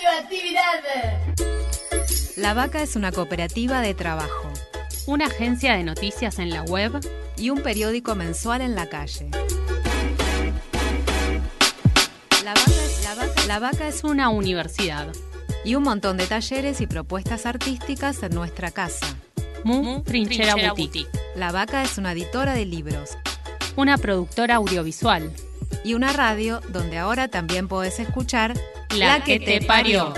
radioactividad. La Vaca es una cooperativa de trabajo, una agencia de noticias en la web y un periódico mensual en la calle. La Vaca es una universidad y un montón de talleres y propuestas artísticas en nuestra casa. Trinchera Boutique. La Vaca es una editora de libros, una productora audiovisual y una radio donde ahora también podés escuchar La que te parió.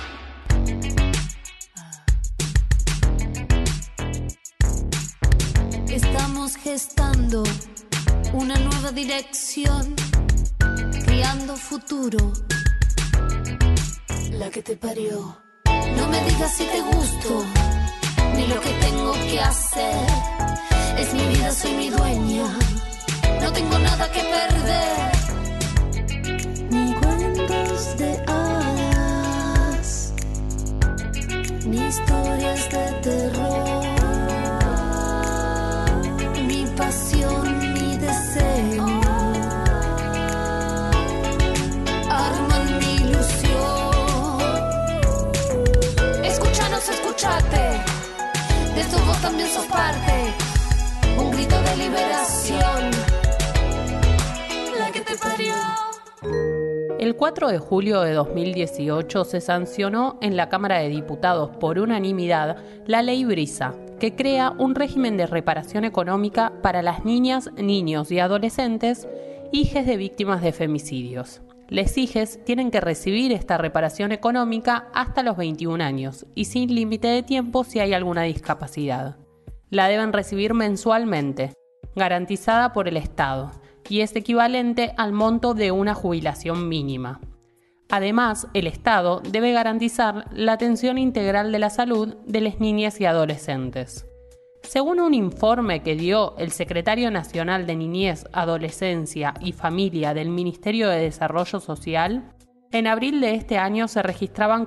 Estamos gestando una nueva dirección, criando futuro. La que te parió. No me digas si te gusto, ni lo que tengo que hacer. Es mi vida, soy mi dueña. No tengo nada que perder. Ni cuentos de hadas, ni historias de terror. Mi pasión, mi deseo arman mi ilusión. Escúchanos, escúchate. De esto vos también sos parte. Un grito de liberación. La que te parió. El 4 de julio de 2018 se sancionó en la Cámara de Diputados por unanimidad la Ley Brisa, que crea un régimen de reparación económica para las niñas, niños y adolescentes, hijes de víctimas de femicidios. Les hijes tienen que recibir esta reparación económica hasta los 21 años y sin límite de tiempo si hay alguna discapacidad. La deben recibir mensualmente, garantizada por el Estado, y es equivalente al monto de una jubilación mínima. Además, el Estado debe garantizar la atención integral de la salud de las niñas y adolescentes. Según un informe que dio el Secretario Nacional de Niñez, Adolescencia y Familia del Ministerio de Desarrollo Social, en abril de este año se registraban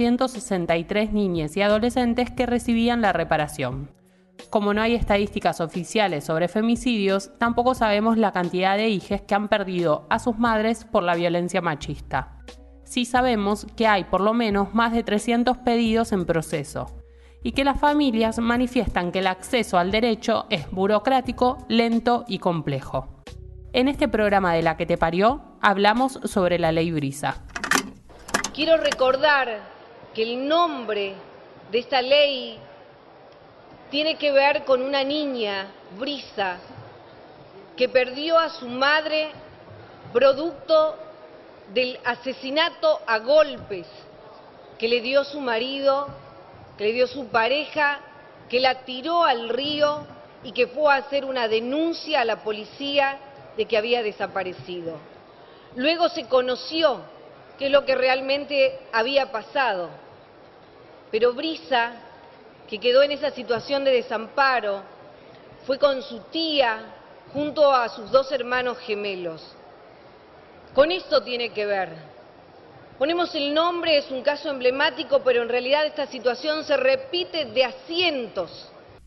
463 niñas y adolescentes que recibían la reparación. Como no hay estadísticas oficiales sobre femicidios, tampoco sabemos la cantidad de hijes que han perdido a sus madres por la violencia machista. Sí sabemos que hay por lo menos más de 300 pedidos en proceso y que las familias manifiestan que el acceso al derecho es burocrático, lento y complejo. En este programa de La que te parió, hablamos sobre la Ley Brisa. Quiero recordar que el nombre de esta ley tiene que ver con una niña, Brisa, que perdió a su madre producto del asesinato a golpes que le dio su marido, que le dio su pareja, que la tiró al río y que fue a hacer una denuncia a la policía de que había desaparecido. Luego se conoció qué es lo que realmente había pasado, pero Brisa, que quedó en esa situación de desamparo, fue con su tía junto a sus dos hermanos gemelos. Con esto tiene que ver. Ponemos el nombre, es un caso emblemático, pero en realidad esta situación se repite de a cientos.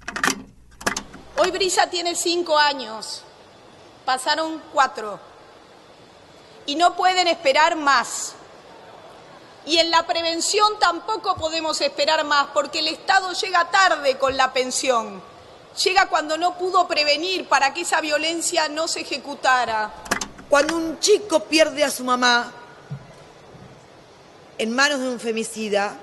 Hoy Brisa tiene 5 años, pasaron 4 y no pueden esperar más. Y en la prevención tampoco podemos esperar más, porque el Estado llega tarde con la pensión. Llega cuando no pudo prevenir para que esa violencia no se ejecutara. Cuando un chico pierde a su mamá en manos de un femicida,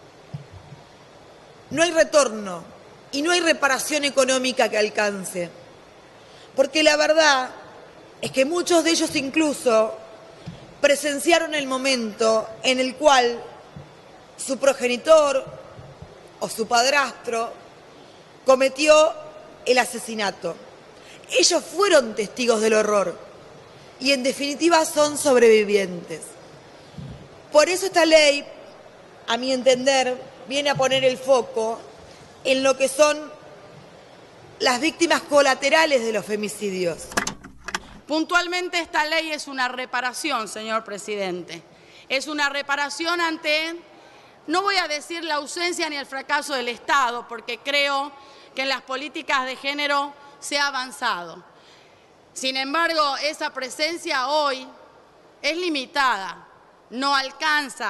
no hay retorno y no hay reparación económica que alcance. Porque la verdad es que muchos de ellos incluso presenciaron el momento en el cual su progenitor o su padrastro cometió el asesinato. Ellos fueron testigos del horror y en definitiva son sobrevivientes. Por eso esta ley, a mi entender, viene a poner el foco en lo que son las víctimas colaterales de los femicidios. Puntualmente esta ley es una reparación, señor presidente. Es una reparación ante, no voy a decir la ausencia ni el fracaso del Estado, porque creo que en las políticas de género se ha avanzado. Sin embargo, esa presencia hoy es limitada, no alcanza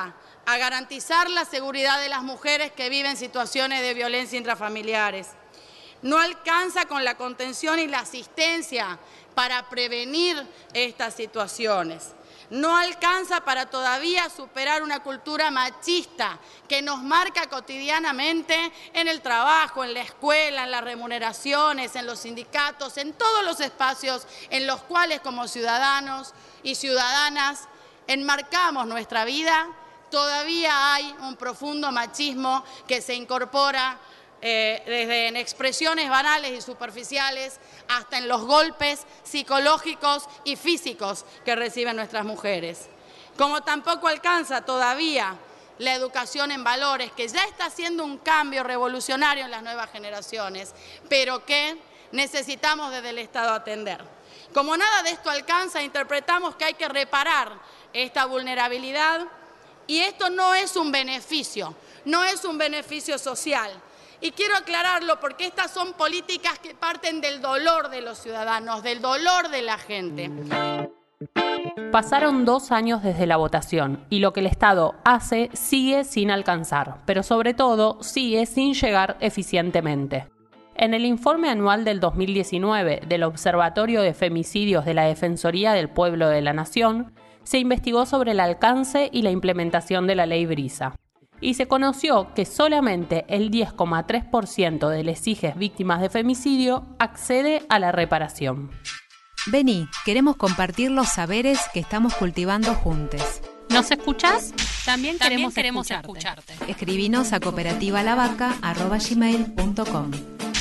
a garantizar la seguridad de las mujeres que viven situaciones de violencia intrafamiliares. No alcanza con la contención y la asistencia para prevenir estas situaciones. No alcanza para todavía superar una cultura machista que nos marca cotidianamente en el trabajo, en la escuela, en las remuneraciones, en los sindicatos, en todos los espacios en los cuales como ciudadanos y ciudadanas enmarcamos nuestra vida. Todavía hay un profundo machismo que se incorpora desde en expresiones banales y superficiales hasta en los golpes psicológicos y físicos que reciben nuestras mujeres. Como tampoco alcanza todavía la educación en valores, que ya está haciendo un cambio revolucionario en las nuevas generaciones, pero que necesitamos desde el Estado atender. Como nada de esto alcanza, interpretamos que hay que reparar esta vulnerabilidad y esto no es un beneficio, no es un beneficio social. Y quiero aclararlo porque estas son políticas que parten del dolor de los ciudadanos, del dolor de la gente. Pasaron 2 años desde la votación y lo que el Estado hace sigue sin alcanzar, pero sobre todo sigue sin llegar eficientemente. En el informe anual del 2019 del Observatorio de Femicidios de la Defensoría del Pueblo de la Nación, se investigó sobre el alcance y la implementación de la Ley Brisa. Y se conoció que solamente el 10,3% de las hijes víctimas de femicidio accede a la reparación. Vení, queremos compartir los saberes que estamos cultivando juntos. ¿Nos escuchás? También queremos escucharte. Escribinos a cooperativalabaca@gmail.com.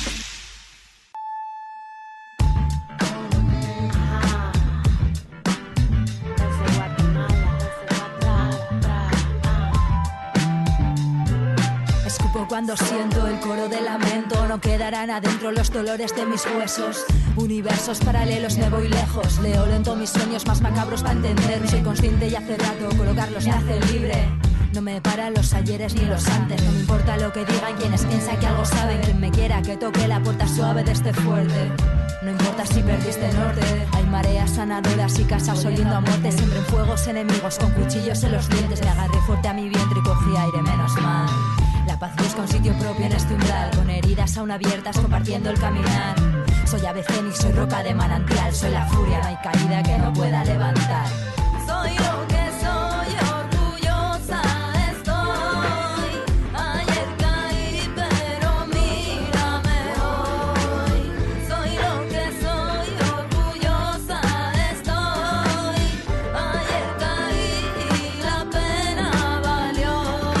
Cuando siento el coro de lamento, no quedarán adentro los dolores de mis huesos. Universos paralelos, me voy lejos. Leo lento mis sueños más macabros para entender. Soy consciente y hace rato colocarlos me hace libre. No me paran los ayeres ni los antes. No me importa lo que digan quienes piensan que algo saben. Quien me quiera que toque la puerta suave de este fuerte. No importa si perdiste norte. Hay mareas sanadoras y casas oliendo a muerte. Siempre en fuegos enemigos con cuchillos en los dientes. Me agarré fuerte a mi vientre y cogí aire, menos mal. La paz busca un sitio propio en este umbral, con heridas aún abiertas compartiendo el caminar. Soy ave fénix, soy roca de manantial, soy la furia, no hay caída que no pueda levantar. Soy lo que soy, orgullosa estoy. Ayer caí, pero mírame hoy. Soy lo que soy, orgullosa estoy. Ayer caí y la pena valió.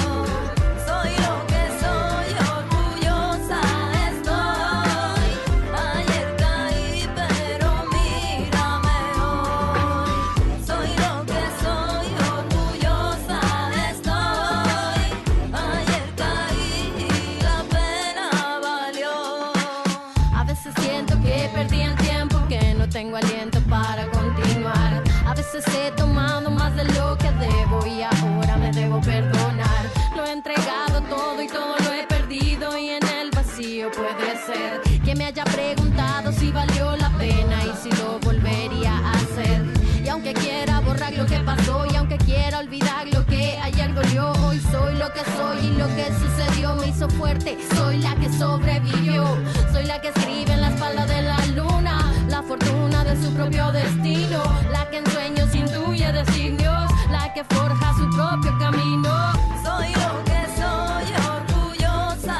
Soy lo que soy, orgullosa estoy. Ayer caí, pero mírame hoy. Soy lo que soy, orgullosa estoy. Ayer caí y la pena valió. A veces siento que perdí el tiempo, que no tengo aliento para continuar. A veces he tomado más de lo que debo y ahora me debo perdonar. Lo he entregado todo y todo lo he perdido y en el vacío puede ser que me haya preguntado si valió la pena y si lo volvería a hacer. Y aunque quiera borrar lo que pasó y aunque quiera olvidar lo que ayer dolió, hoy soy lo que soy y lo que sucedió me hizo fuerte. Soy la que sobrevivió, soy la que escribe en la espalda de la luna la fortuna de su propio destino, la que en sueños intuye designios, la que forja su propio camino. Soy lo que soy, orgullosa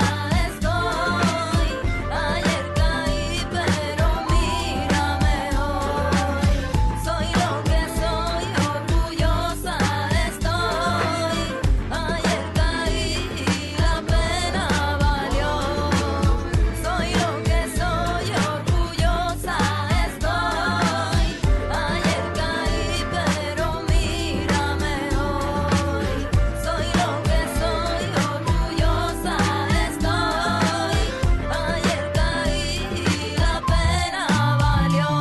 estoy. Ayer caí, pero mírame hoy. Soy lo que soy, orgullosa estoy. Ayer caí y la pena valió. Soy lo que soy, orgullosa estoy. Ayer caí, pero mírame hoy. Soy lo que soy, orgullosa estoy. Ayer caí y la pena valió.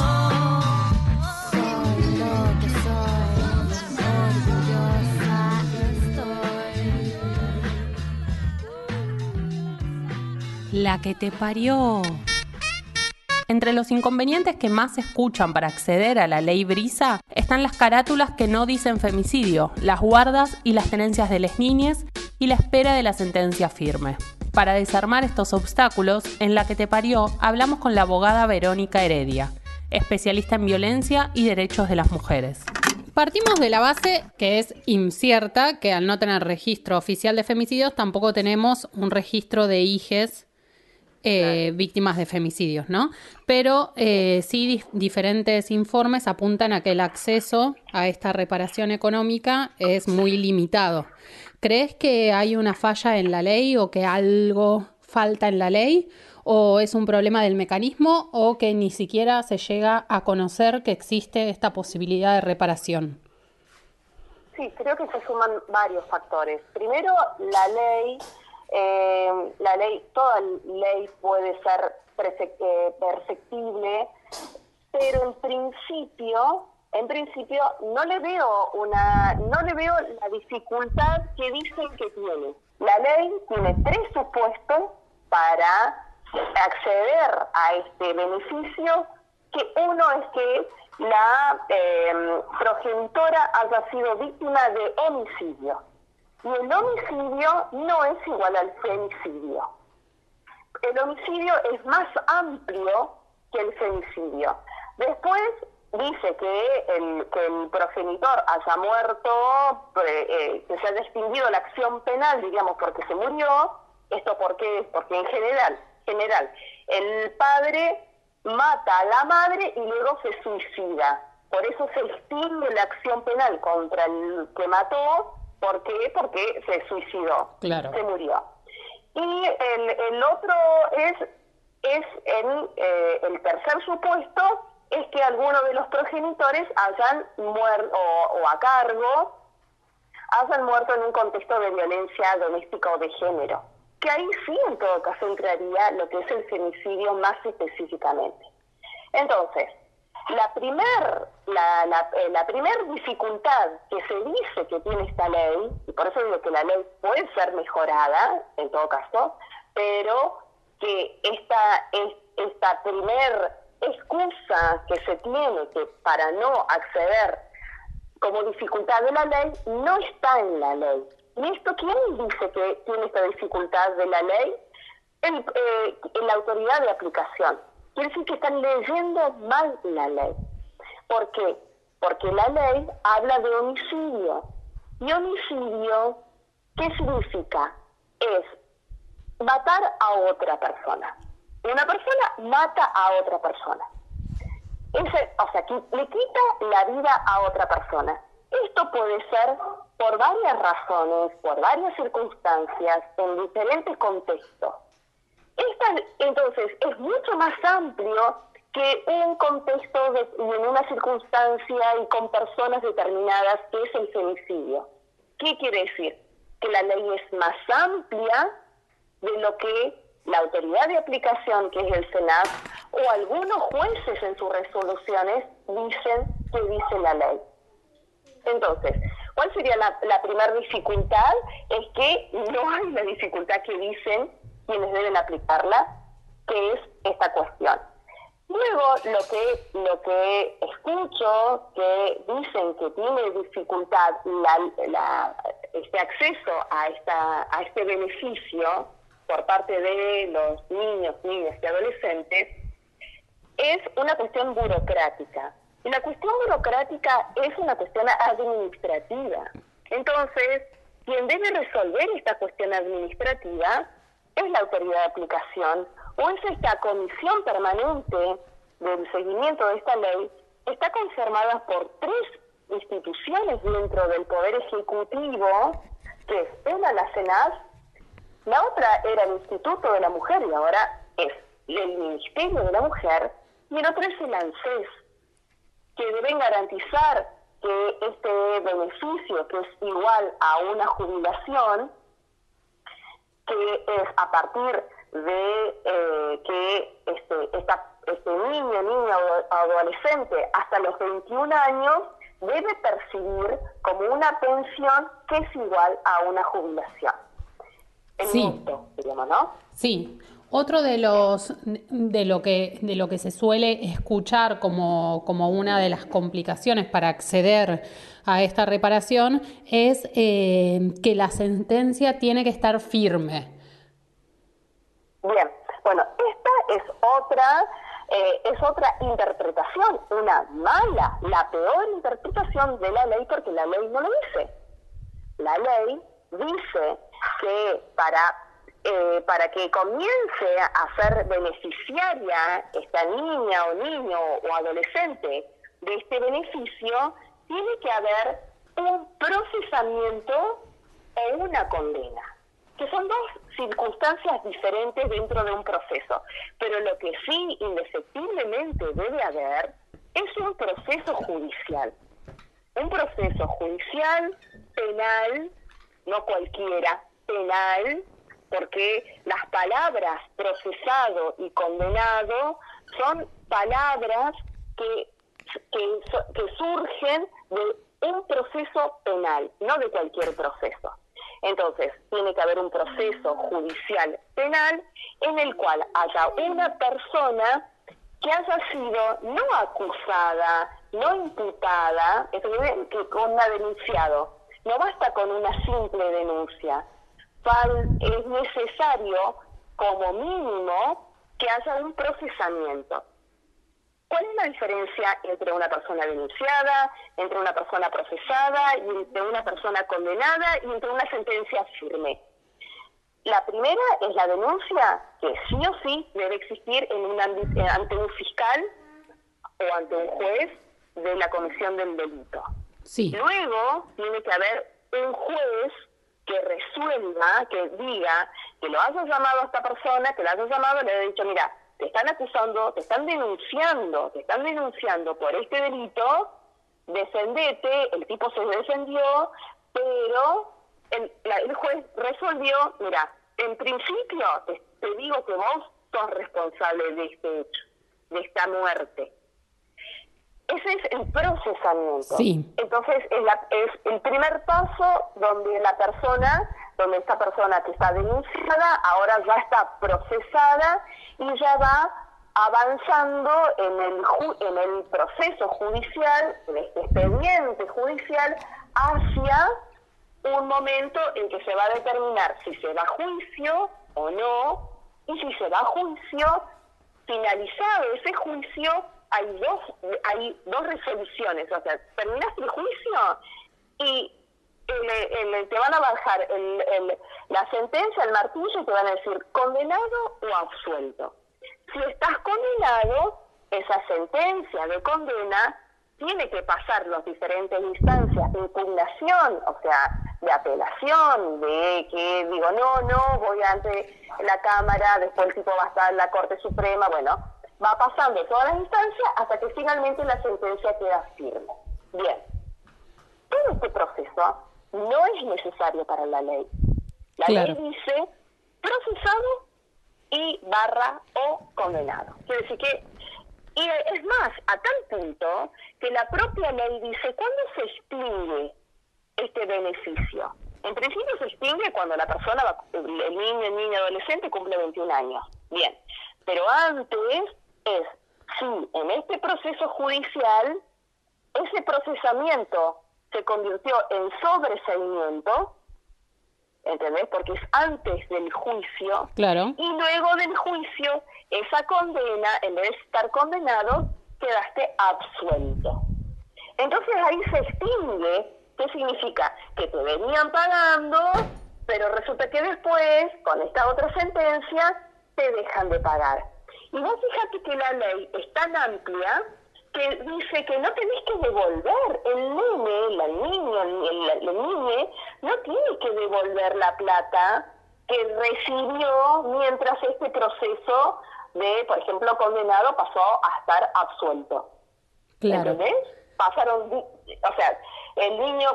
Soy lo que soy, orgullosa estoy. La que te parió. Entre los inconvenientes que más se escuchan para acceder a la ley Brisa están las carátulas que no dicen femicidio, las guardas y las tenencias de las niñas y la espera de la sentencia firme. Para desarmar estos obstáculos, en La que te parió hablamos con la abogada Verónica Heredia, especialista en violencia y derechos de las mujeres. Partimos de la base que es incierta, que al no tener registro oficial de femicidios tampoco tenemos un registro de hijes víctimas de femicidios, ¿no? Pero sí diferentes informes apuntan a que el acceso a esta reparación económica es muy limitado. ¿Crees que hay una falla en la ley o que algo falta en la ley? ¿O es un problema del mecanismo o que ni siquiera se llega a conocer que existe esta posibilidad de reparación? Sí, creo que se suman varios factores. Primero, la ley, toda ley puede ser perfectible, pero en principio no le veo la dificultad que dicen que tiene. La ley tiene 3 supuestos para acceder a este beneficio, que uno es que la progenitora haya sido víctima de homicidio. Y el homicidio no es igual al femicidio. El homicidio es más amplio que el femicidio. Después dice que el progenitor haya muerto, que se haya extinguido la acción penal, digamos, porque se murió. ¿Esto por qué? Porque en general, el padre mata a la madre y luego se suicida. Por eso se extingue la acción penal contra el que mató. ¿Por qué? Porque se suicidó, claro. Se murió. Y el otro es el tercer supuesto, es que alguno de los progenitores hayan muerto o a cargo, hayan muerto en un contexto de violencia doméstica o de género. Que ahí sí, en todo caso, entraría lo que es el femicidio más específicamente. Entonces, la primer dificultad que se dice que tiene esta ley, y por eso digo que la ley puede ser mejorada, en todo caso, pero que esta primer excusa que se tiene que para no acceder como dificultad de la ley, no está en la ley. ¿Y esto quién dice que tiene esta dificultad de la ley? La autoridad de aplicación. Quiere decir que están leyendo mal la ley. ¿Por qué? Porque la ley habla de homicidio. ¿Y homicidio qué significa? Es matar a otra persona. Una persona mata a otra persona. O sea, que le quita la vida a otra persona. Esto puede ser por varias razones, por varias circunstancias, en diferentes contextos. Entonces, es mucho más amplio que un contexto y en una circunstancia y con personas determinadas, que es el femicidio. ¿Qué quiere decir? Que la ley es más amplia de lo que la autoridad de aplicación, que es el SENAC, o algunos jueces en sus resoluciones dicen que dice la ley. Entonces, ¿cuál sería la primera dificultad? Es que no hay la dificultad que dicen quienes deben aplicarla, que es esta cuestión. Luego, lo que escucho que dicen que tiene dificultad este acceso a este beneficio por parte de los niños, niñas y adolescentes, es una cuestión burocrática. Y la cuestión burocrática es una cuestión administrativa. Entonces, quien debe resolver esta cuestión administrativa es la autoridad de aplicación, o es esta comisión permanente del seguimiento de esta ley, está conformada por 3 instituciones dentro del Poder Ejecutivo, que es una, la SENAC, la otra era el Instituto de la Mujer y ahora es el Ministerio de la Mujer, y el otro es el ANSES, que deben garantizar que este beneficio, que es igual a una jubilación, que es a partir de que este niño, niña o adolescente hasta los 21 años debe percibir como una pensión que es igual a una jubilación. El monto, digamos, ¿no? Sí. Otro de lo que se suele escuchar como una de las complicaciones para acceder a esta reparación es que la sentencia tiene que estar firme. Bien, bueno, esta es otra interpretación, una mala, la peor interpretación de la ley, porque la ley no lo dice. La ley dice que para que comience a ser beneficiaria esta niña o niño o adolescente de este beneficio, tiene que haber un procesamiento o una condena, que son dos circunstancias diferentes dentro de un proceso. Pero lo que sí indefectiblemente debe haber es un proceso judicial. Un proceso judicial penal, no cualquiera, penal, porque las palabras procesado y condenado son palabras que surgen de un proceso penal, no de cualquier proceso. Entonces, tiene que haber un proceso judicial penal en el cual haya una persona que haya sido no acusada, no imputada, es decir, que con una denunciado. No basta con una simple denuncia. Es necesario, como mínimo, que haya un procesamiento. ¿Cuál es la diferencia entre una persona denunciada, entre una persona procesada, y entre una persona condenada y entre una sentencia firme? La primera es la denuncia, que sí o sí debe existir ante un fiscal o ante un juez de la comisión del delito. Sí. Luego tiene que haber un juez que resuelva, que diga, que lo haya llamado a esta persona, que lo haya llamado y le haya dicho, mira, te están acusando, te están denunciando por este delito, defendete, el tipo se defendió, pero el juez resolvió, mira, en principio te digo que vos sos responsable de este hecho, de esta muerte. Ese es el procesamiento. Sí. Entonces es el primer paso donde esta persona que está denunciada ahora ya está procesada y ya va avanzando en el proceso judicial, en este expediente judicial, hacia un momento en que se va a determinar si se va a juicio o no, y si se va a juicio, finalizado ese juicio, hay dos resoluciones. O sea, terminaste el juicio y te van a bajar la sentencia, el martillo, y te van a decir condenado o absuelto. Si estás condenado, esa sentencia de condena tiene que pasar las diferentes instancias de impugnación, o sea, de apelación, de que digo, no, voy ante la Cámara, después el tipo va a estar en la Corte Suprema, bueno, va pasando todas las instancias hasta que finalmente la sentencia queda firme. Bien, todo este proceso no es necesario para la ley. La ley dice procesado y /o condenado. Quiere decir que, y es más, a tal punto que la propia ley dice cuándo se extingue este beneficio. En principio se extingue cuando la persona, el niño adolescente cumple 21 años. Bien, pero antes es si en este proceso judicial ese procesamiento se convirtió en sobreseimiento, ¿entendés? Porque es antes del juicio. Claro. Y luego del juicio, esa condena, en vez de estar condenado, quedaste absuelto. Entonces ahí se extingue. ¿Qué significa? Que te venían pagando, pero resulta que después, con esta otra sentencia, te dejan de pagar. Y vos fíjate que la ley es tan amplia que dice que no tenés que devolver. El nene, la niña, el niñe, no tiene que devolver la plata que recibió mientras este proceso de, por ejemplo, condenado pasó a estar absuelto. Claro. ¿Entendés? Pasaron, o sea, el niño,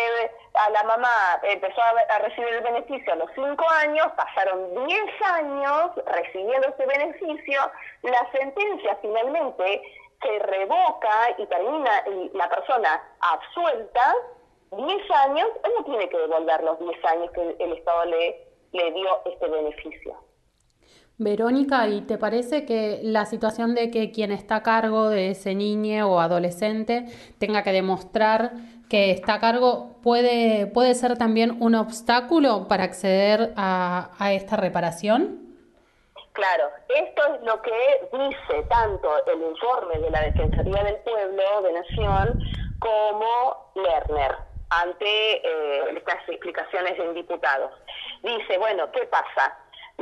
a la mamá empezó a recibir el beneficio a los 5 años, pasaron 10 años recibiendo ese beneficio, la sentencia finalmente se revoca y termina la persona absuelta, 10 años, él no tiene que devolver los 10 años que el Estado le dio este beneficio. Verónica, ¿y te parece que la situación de que quien está a cargo de ese niño o adolescente tenga que demostrar que está a cargo puede ser también un obstáculo para acceder a esta reparación? Claro, esto es lo que dice tanto el informe de la Defensoría del Pueblo de Nación como Lerner ante estas explicaciones en diputados. Dice, bueno, ¿qué pasa?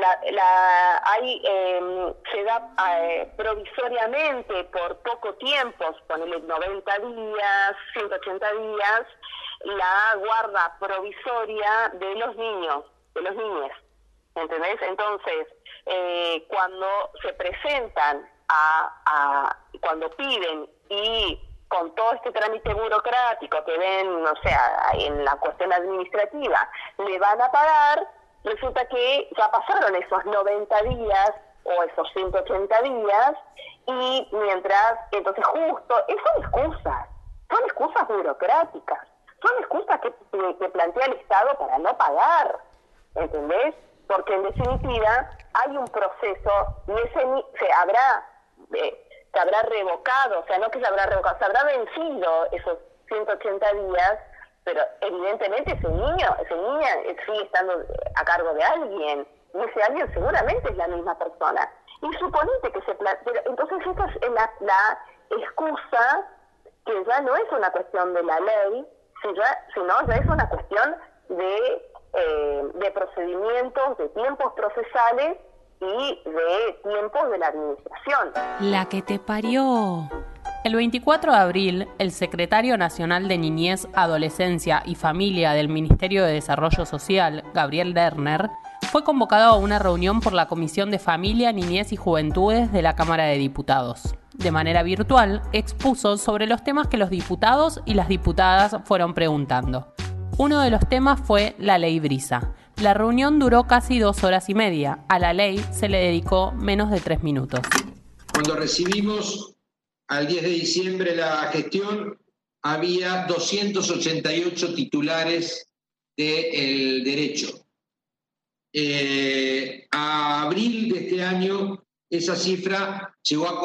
Se da provisoriamente por poco tiempo, ponele 90 días, 180 días, la guarda provisoria de los niños, de los niños, ¿entendés? Entonces, cuando se presentan cuando piden y con todo este trámite burocrático que ven, o sea, en la cuestión administrativa, le van a pagar, resulta que ya pasaron esos 90 días o esos 180 días y mientras, entonces justo, son excusas burocráticas, son excusas que plantea el Estado para no pagar, ¿entendés? Porque en definitiva hay un proceso y se habrá revocado, o sea, no que se habrá revocado, se habrá vencido esos 180 días, pero evidentemente esa niña sigue estando a cargo de alguien, y ese alguien seguramente es la misma persona. Y suponete que pero entonces esta es la excusa, que ya no es una cuestión de la ley, sino ya es una cuestión de procedimientos, de tiempos procesales y de tiempos de la administración. La que te parió. El 24 de abril, el secretario nacional de Niñez, Adolescencia y Familia del Ministerio de Desarrollo Social, Gabriel Lerner, fue convocado a una reunión por la Comisión de Familia, Niñez y Juventudes de la Cámara de Diputados. De manera virtual, expuso sobre los temas que los diputados y las diputadas fueron preguntando. Uno de los temas fue la ley Brisa. La reunión duró casi 2 horas y media. A la ley se le dedicó menos de 3 minutos. Cuando recibimos al 10 de diciembre la gestión, había 288 titulares del derecho. A abril de este año, esa cifra llegó a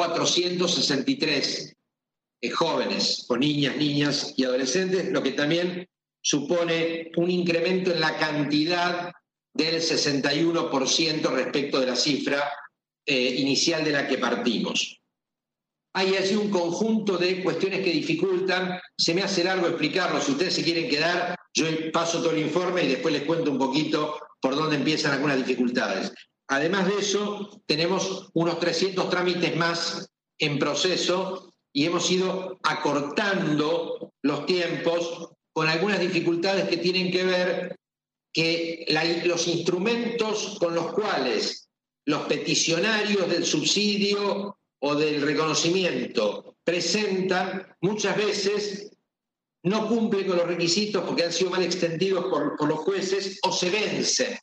463 jóvenes, o niñas y adolescentes, lo que también supone un incremento en la cantidad del 61% respecto de la cifra inicial de la que partimos. Hay así un conjunto de cuestiones que dificultan, se me hace largo explicarlo, si ustedes se quieren quedar, yo paso todo el informe y después les cuento un poquito por dónde empiezan algunas dificultades. Además de eso, tenemos unos 300 trámites más en proceso y hemos ido acortando los tiempos con algunas dificultades que tienen que ver que los instrumentos con los cuales los peticionarios del subsidio o del reconocimiento presentan, muchas veces no cumplen con los requisitos porque han sido mal extendidos por los jueces o se vencen.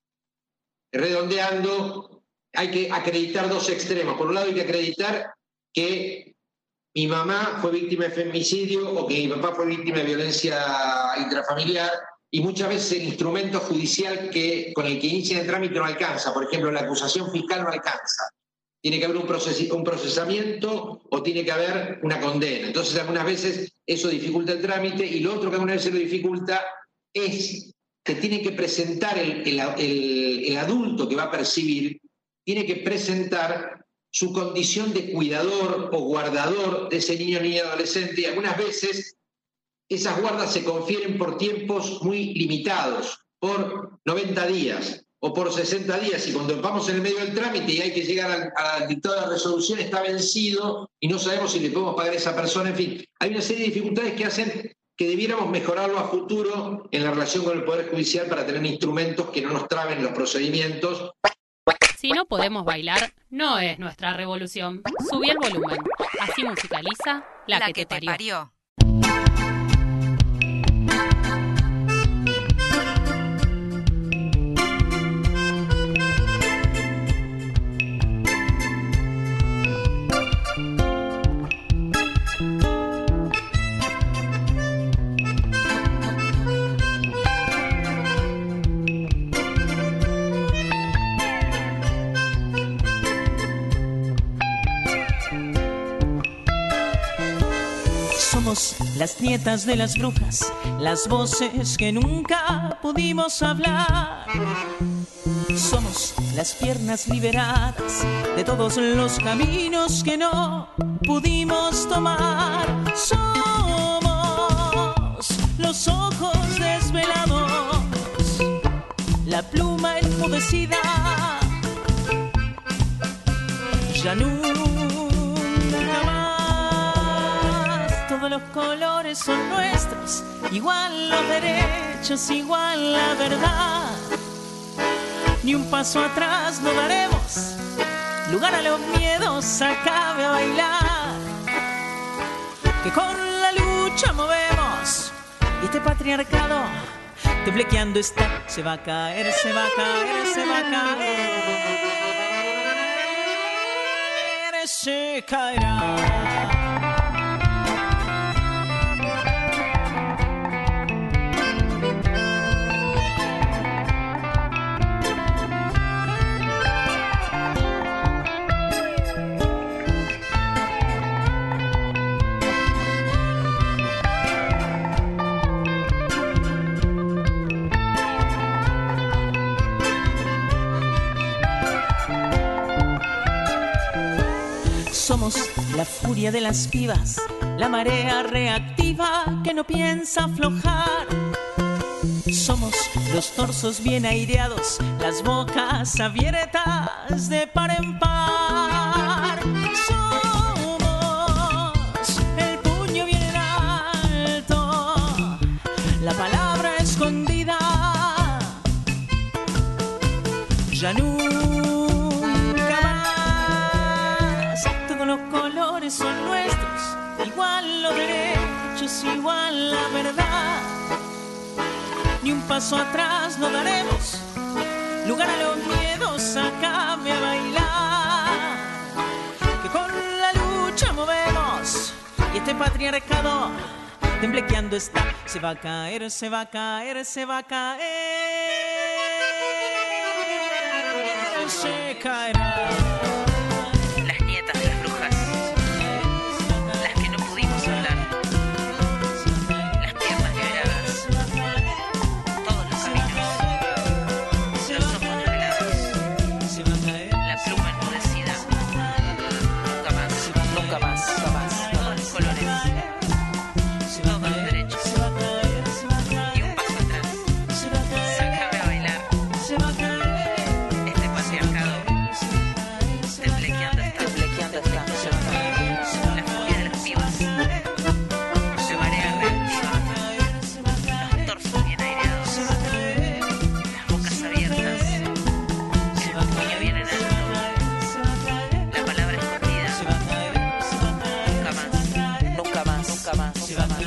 Redondeando, hay que acreditar 2 extremos. Por un lado hay que acreditar que mi mamá fue víctima de femicidio o que mi papá fue víctima de violencia intrafamiliar, y muchas veces el instrumento judicial con el que inicia el trámite no alcanza. Por ejemplo, la acusación fiscal no alcanza. Tiene que haber un procesamiento o tiene que haber una condena. Entonces, algunas veces eso dificulta el trámite, y lo otro que algunas veces lo dificulta es que tiene que presentar el adulto que va a percibir, tiene que presentar su condición de cuidador o guardador de ese niño o niña adolescente, y algunas veces esas guardas se confieren por tiempos muy limitados, por 90 días o por 60 días, y cuando vamos en el medio del trámite y hay que llegar al dictado de la resolución, está vencido y no sabemos si le podemos pagar a esa persona. En fin, hay una serie de dificultades que hacen que debiéramos mejorarlo a futuro en la relación con el Poder Judicial para tener instrumentos que no nos traben los procedimientos. Si no podemos bailar, no es nuestra revolución. Subí el volumen. Así musicaliza La que te parió. Somos las nietas de las brujas, las voces que nunca pudimos hablar. Somos las piernas liberadas de todos los caminos que no pudimos tomar. Somos los ojos desvelados, la pluma enmudecida. Ya nunca más. Todos los colores son nuestros, igual los derechos, igual la verdad. Ni un paso atrás no daremos, lugar a los miedos, acabe a bailar. Que con la lucha movemos, y este patriarcado temblequeando está. Se va a caer, se va a caer, se va a caer, se caerá. Somos la furia de las pibas, la marea reactiva que no piensa aflojar. Somos los torsos bien aireados, las bocas abiertas de par en par. Somos el puño bien alto, la palabra escondida. Ya nunca más. Todos los colores son nuestros, igual los derechos, igual la verdad. Ni un paso atrás no daremos, lugar a los miedos, acabe a bailar. Que con la lucha movemos, y este patriarcado temblequeando está. Se va a caer, se va a caer, se va a caer, se caerá. Las nietas de las brujas, las que no pudimos hablar, las piernas liberadas, todos los caminos, los ojos desvelados, la pluma enmudecida. Nunca más, nunca más, nunca más. Todos los colores, todos los derechos, y un paso atrás, se acabe a bailar. Este patriarcado temblequeando está. La furia de las pibas, su marea reactiva, los torsos bien aireados, las bocas abiertas, el puño bien en alto, la palabra escondida. Nunca más, nunca más, nunca más, nunca más.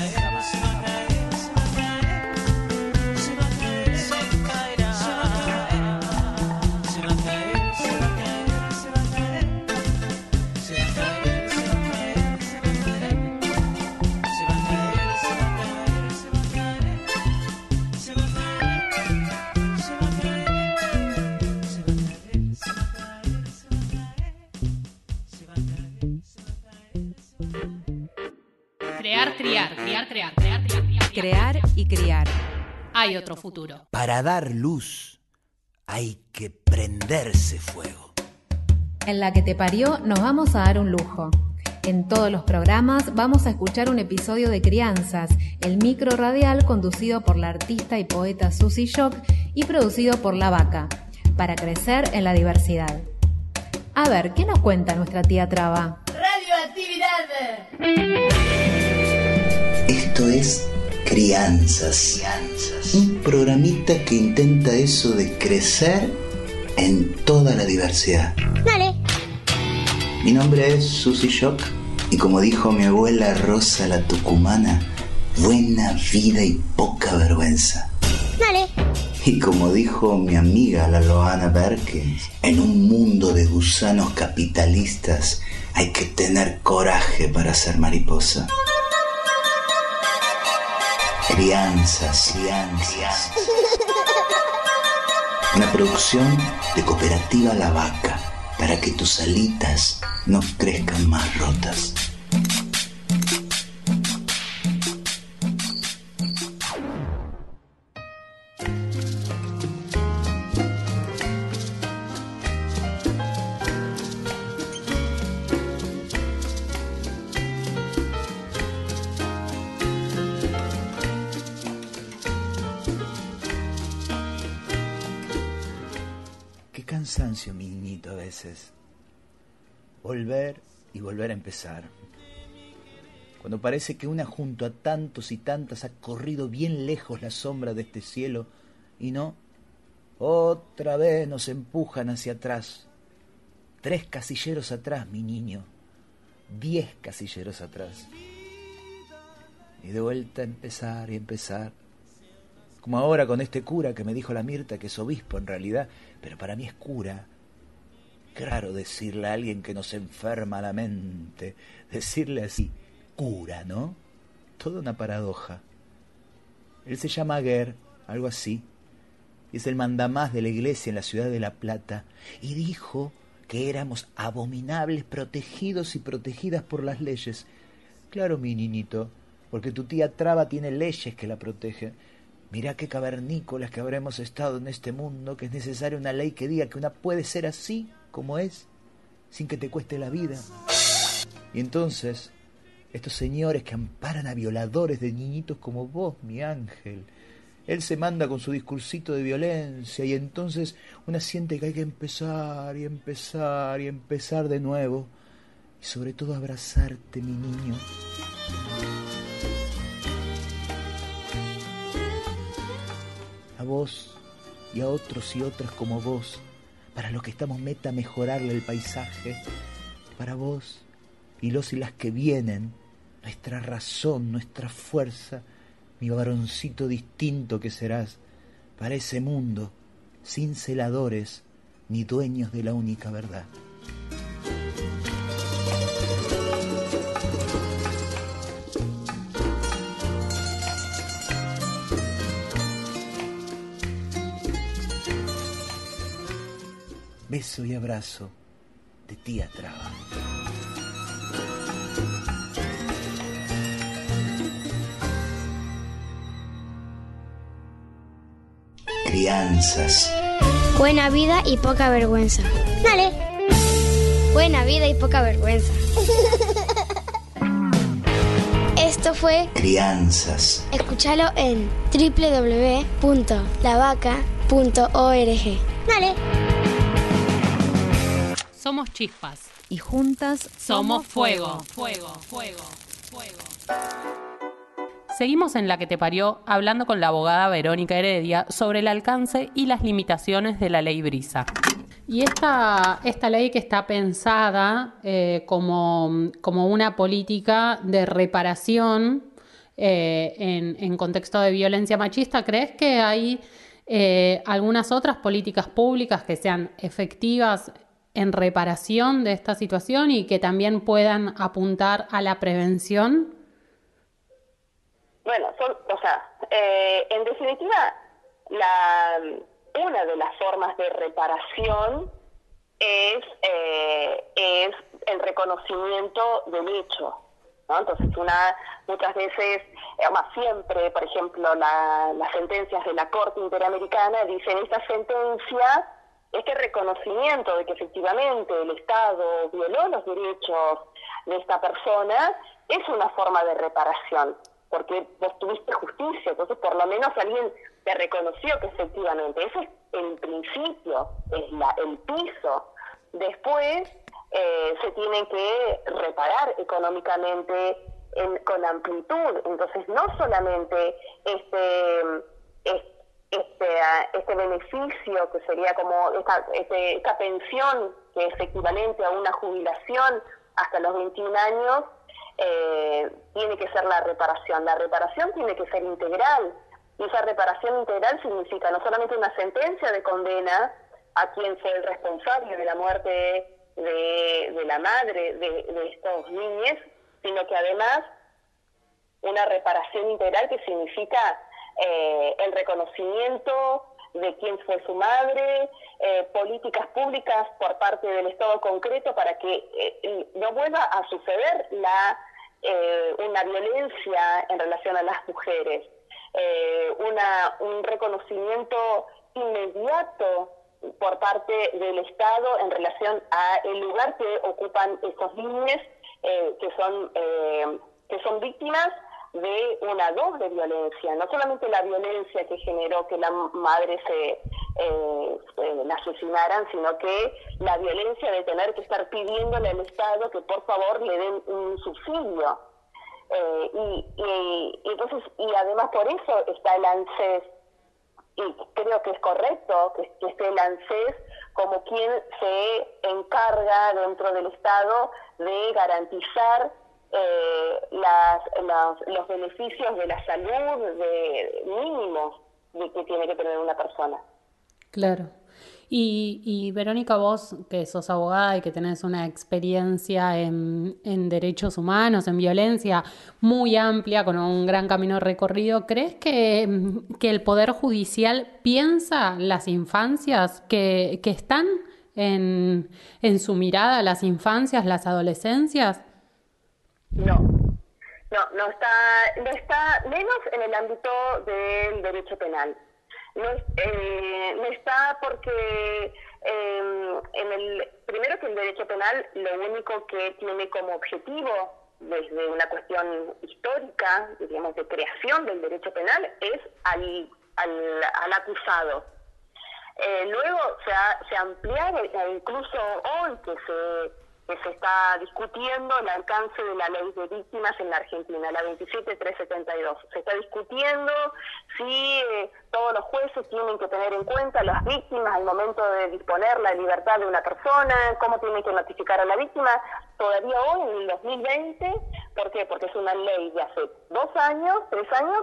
Crear y criar. Hay otro futuro. Para dar luz hay que prenderse fuego. En La que te parió nos vamos a dar un lujo. En todos los programas vamos a escuchar un episodio de Crianzas, el micro radial conducido por la artista y poeta Susie Shock y producido por La Vaca, para crecer en la diversidad. A ver, ¿qué nos cuenta nuestra tía Traba? Radioactividad. Esto es Crianzas, un programita que intenta eso de crecer en toda la diversidad. Dale. Mi nombre es Susie Shock y como dijo mi abuela Rosa la Tucumana, buena vida y poca vergüenza. Dale. Y como dijo mi amiga la Loana Berkins, en un mundo de gusanos capitalistas hay que tener coraje para ser mariposa. Crianzas. Una producción de Cooperativa La Vaca, para que tus alitas no crezcan más rotas. cansancio, mi niñito, a veces. Volver y volver a empezar. Cuando parece que una junto a tantos y tantas ha corrido bien lejos la sombra de este cielo, y no, otra vez nos empujan hacia atrás. 3 casilleros atrás, mi niño. 10 casilleros atrás. Y de vuelta a empezar y empezar. Como ahora con este cura que me dijo la Mirta que es obispo en realidad, pero para mí es cura. Qué raro decirle a alguien que nos enferma la mente, decirle así, cura, ¿no? Toda una paradoja. Él se llama Aguer, algo así, y es el mandamás de la iglesia en la ciudad de La Plata, y dijo que éramos abominables, protegidos y protegidas por las leyes. Claro, mi niñito, porque tu tía Traba tiene leyes que la protegen. Mirá qué cavernícolas que habremos estado en este mundo, que es necesaria una ley que diga que una puede ser así como es, sin que te cueste la vida. Y entonces, estos señores que amparan a violadores de niñitos como vos, mi ángel, él se manda con su discursito de violencia, y entonces una siente que hay que empezar y empezar y empezar de nuevo, y sobre todo abrazarte, mi niño. A vos y a otros y otras como vos, para los que estamos meta a mejorarle el paisaje, para vos y los y las que vienen, nuestra razón, nuestra fuerza, mi varoncito distinto que serás, para ese mundo, sin celadores ni dueños de la única verdad. Beso y abrazo de tía Traba. Crianzas. Buena vida y poca vergüenza. Dale. Buena vida y poca vergüenza. Esto fue Crianzas. Escúchalo en www.lavaca.org. Dale. Somos chispas. Y juntas Somos fuego. Fuego, fuego, fuego. Seguimos en La que te parió hablando con la abogada Verónica Heredia sobre el alcance y las limitaciones de la ley Brisa. Y esta ley que está pensada como una política de reparación en contexto de violencia machista, ¿crees que hay algunas otras políticas públicas que sean efectivas en reparación de esta situación y que también puedan apuntar a la prevención? Bueno, en definitiva, una de las formas de reparación es el reconocimiento del hecho, ¿no? Entonces, muchas veces, siempre, por ejemplo, las sentencias de la Corte Interamericana dicen esta sentencia, este reconocimiento de que efectivamente el Estado violó los derechos de esta persona es una forma de reparación, porque vos tuviste justicia, entonces por lo menos alguien te reconoció que efectivamente, ese es el principio, es el piso. Después se tiene que reparar económicamente con amplitud, entonces no solamente este beneficio que sería como esta pensión que es equivalente a una jubilación hasta los 21 años, tiene que ser la reparación. La reparación tiene que ser integral, y esa reparación integral significa no solamente una sentencia de condena a quien fue el responsable de la muerte de la madre de estos niños, sino que además una reparación integral que significa el reconocimiento de quién fue su madre, políticas públicas por parte del Estado concreto para que no vuelva a suceder una violencia en relación a las mujeres, un reconocimiento inmediato por parte del Estado en relación a el lugar que ocupan estos niños que son víctimas de una doble violencia, no solamente la violencia que generó que la madre la asesinaran, sino que la violencia de tener que estar pidiéndole al Estado que por favor le den un subsidio. Entonces, y además por eso está el ANSES, y creo que es correcto que esté el ANSES como quien se encarga dentro del Estado de garantizar los beneficios de la salud mínimos de que tiene que tener una persona. Claro. Y Verónica, vos que sos abogada y que tenés una experiencia en derechos humanos, en violencia muy amplia, con un gran camino recorrido, ¿crees que el Poder Judicial piensa las infancias que están en su mirada, las infancias, las adolescencias? No está menos en el ámbito del derecho penal. No está porque primero que el derecho penal lo único que tiene como objetivo desde una cuestión histórica, digamos, de creación del derecho penal es al acusado. Luego se ha ampliado, e incluso hoy que se está discutiendo el alcance de la ley de víctimas en la Argentina, la 27372. Se está discutiendo si todos los jueces tienen que tener en cuenta a las víctimas al momento de disponer la libertad de una persona, cómo tienen que notificar a la víctima. Todavía hoy, en el 2020, ¿por qué? Porque es una ley de hace 2 años, 3 años,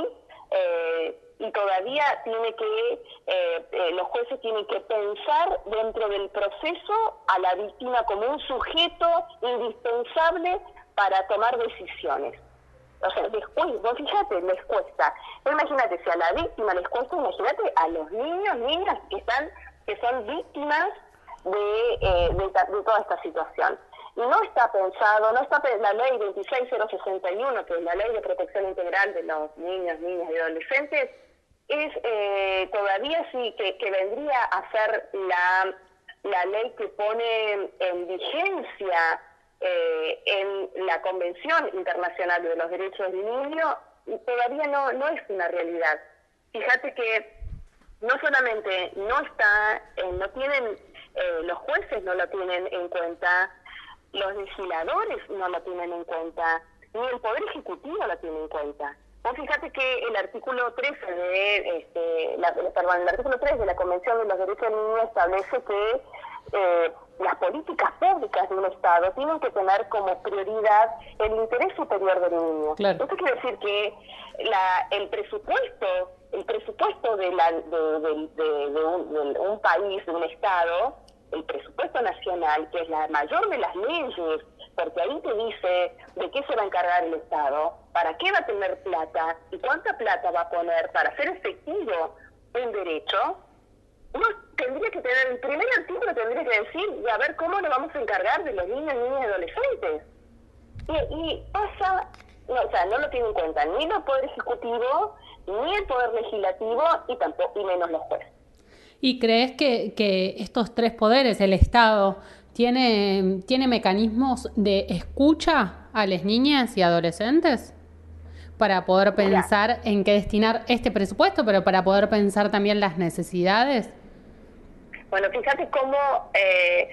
y todavía los jueces tienen que pensar dentro del proceso a la víctima como un sujeto indispensable para tomar decisiones. O sea, vos fíjate, les cuesta. Pero imagínate, si a la víctima les cuesta, imagínate a los niñas que son víctimas de toda esta situación. Y no está pensado, la ley 26061, que es la ley de protección integral de los niños, niñas y adolescentes, es todavía sí que vendría a ser la ley que pone en vigencia en la Convención Internacional de los Derechos del Niño, y todavía no es una realidad. Fíjate que no solamente no tienen, los jueces no lo tienen en cuenta, los legisladores no lo tienen en cuenta, ni el Poder Ejecutivo lo tiene en cuenta. Vos fíjate que el artículo 13 el artículo 3 de la Convención de los Derechos del Niño establece que las políticas públicas de un Estado tienen que tener como prioridad el interés superior del niño. Claro. Esto quiere decir que el presupuesto de un país, de un Estado, el presupuesto nacional, que es la mayor de las leyes, porque ahí te dice de qué se va a encargar el Estado, para qué va a tener plata y cuánta plata va a poner para hacer efectivo un derecho. Uno tendría que tener, el primer artículo tendría que decir, a ver cómo nos vamos a encargar de los niños, niñas y adolescentes. Y pasa, no lo tiene en cuenta ni el Poder Ejecutivo, ni el Poder Legislativo, y menos los jueces. ¿Y crees que estos 3 poderes, el Estado, tiene mecanismos de escucha a las niñas y adolescentes? Para poder pensar en qué destinar este presupuesto, pero para poder pensar también las necesidades. Bueno, fíjate cómo que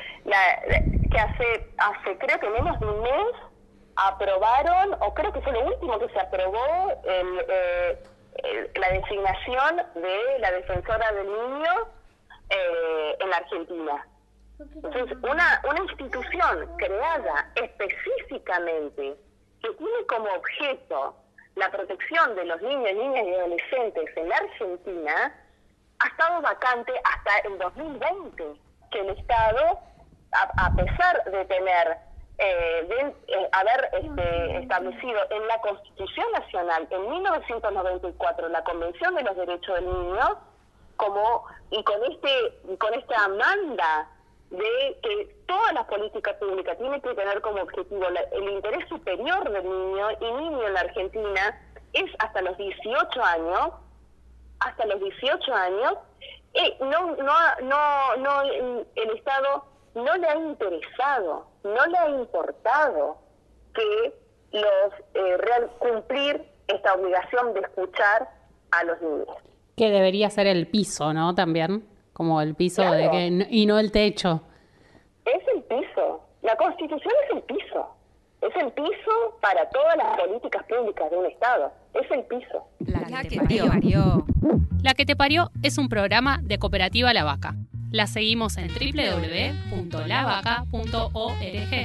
hace creo que menos de un mes aprobaron, o creo que fue lo último que se aprobó, la designación de la defensora del niño en la Argentina. Entonces, una institución creada específicamente que tiene como objeto la protección de los niños, niñas y adolescentes en la Argentina ha estado vacante hasta el 2020, que el Estado, a pesar de tener haber establecido en la Constitución Nacional en 1994 la Convención de los Derechos del Niño, con esta manda de que todas las políticas públicas tienen que tener como objetivo el interés superior del niño y niño en la Argentina, es hasta los 18 años, el Estado no le ha interesado, no le ha importado que cumplir esta obligación de escuchar a los niños. Que debería ser el piso, ¿no? También, como el piso Claro. y no el techo. Es el piso. La Constitución es el piso. Es el piso para todas las políticas públicas de un Estado. Es el piso. La que te parió. La que te parió es un programa de Cooperativa La Vaca. La seguimos en www.lavaca.org.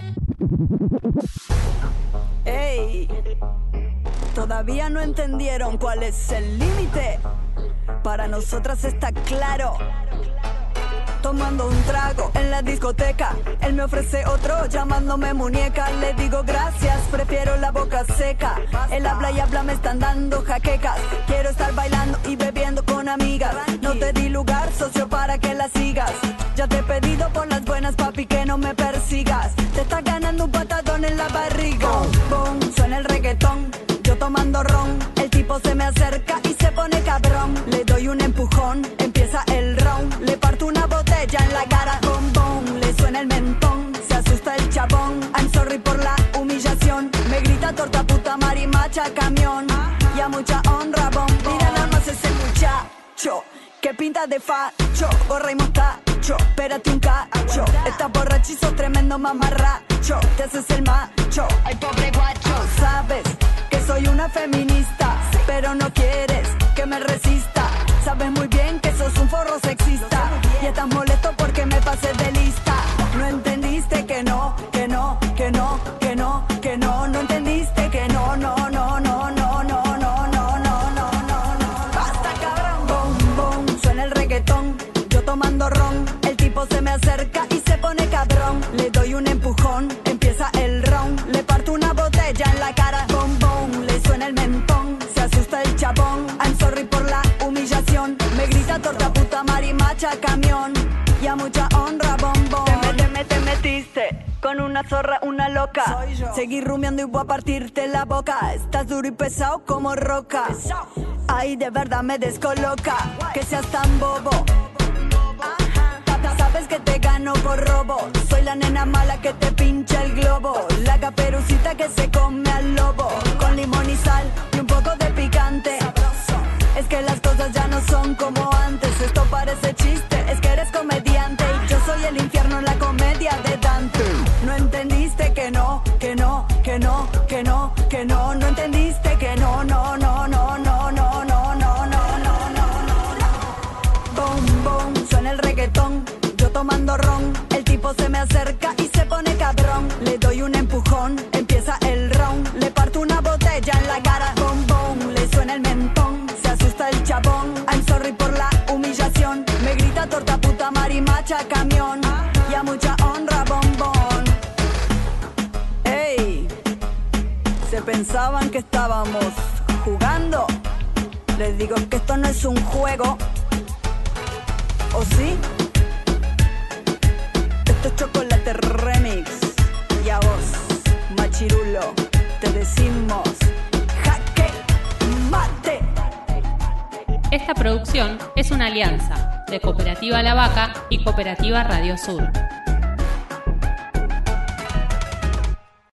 ¡Ey! Todavía no entendieron cuál es el límite. Para nosotras está claro. Tomando un trago en la discoteca, él me ofrece otro llamándome muñeca. Le digo gracias, prefiero la boca seca. Él habla y habla, me están dando jaquecas. Quiero estar bailando y bebiendo con amigas. No te di lugar, socio, para que la sigas. Ya te he pedido por las buenas, papi, que no me persigas. Te estás ganando un patadón en la barriga. Boom, boom, suena el reggaetón, yo tomando ron. El tipo se me acerca y se pone cabrón. Le doy un empujón, empieza el round. Le parto una botella en la cara, boom, boom. Le suena el mentón, se asusta el chabón. I'm sorry por la humillación. Me grita torta, puta, marimacha, camión. Y a mucha honra, bom. Mira nada más ese muchacho, que pinta de facho, gorra y mostacho. Espérate un cacho, estás borrachizo, tremendo mamarracho. Te haces el macho, ay pobre guacho. Sabes que soy una feminista, pero no quieres que me resista. Sabes muy bien que sos un forro sexista y estás molesto porque me pasé de lista. No entendiste que no, que no, que no, que no, que no. No entendiste que no, no, no, no, no, no, no, no, no, no, no. Basta, cabrón. Boom, boom, suena el reggaetón, yo tomando ron. El tipo se me acerca y se pone cabrón. Le doy un empujón, empieza el round. Le parto una botella en la cara, boom, boom. Le suena el mentón, se asusta el chabón. I'm sorry por la humillación. Me grita torta, puta, marimacha, camión. Y a mucha honra, bombón. Te metiste con una zorra, una loca. Seguí rumiando y voy a partirte la boca. Estás duro y pesado como roca. Ay, de verdad me descoloca que seas tan bobo. Sabes que te gano por robo. Soy la nena mala que te pincha el globo. La caperucita que se come al lobo. Con limón y sal y un poco de picante. Es que las cosas ya no son como antes. Esto parece chiste, es que eres comediante. Y yo soy el infierno en la comedia de Dante. No entendiste que no, que no, que no, que no, que no. No entendiste que no, no, no, no, no, no, no, no, no, no, no. Boom, boom, suena el reggaetón, yo tomando ron. El tipo se me acerca y se pone cabrón. Le doy un empujón, empieza el round. Le parto una botella en la cara, boom, boom. Le suena el mentón, se asusta el chabón. I'm sorry por la humillación. Me grita torta, puta, marimacha, camión. Y a mucha honra, bombón. Ey, se pensaban que estábamos jugando. Les digo que esto no es un juego. ¿O sí? Esto es Chocolate Remix. Y a vos, machirulo, te decimos jaque mate. Esta producción es una alianza de Cooperativa La Vaca y Cooperativa Radio Sur.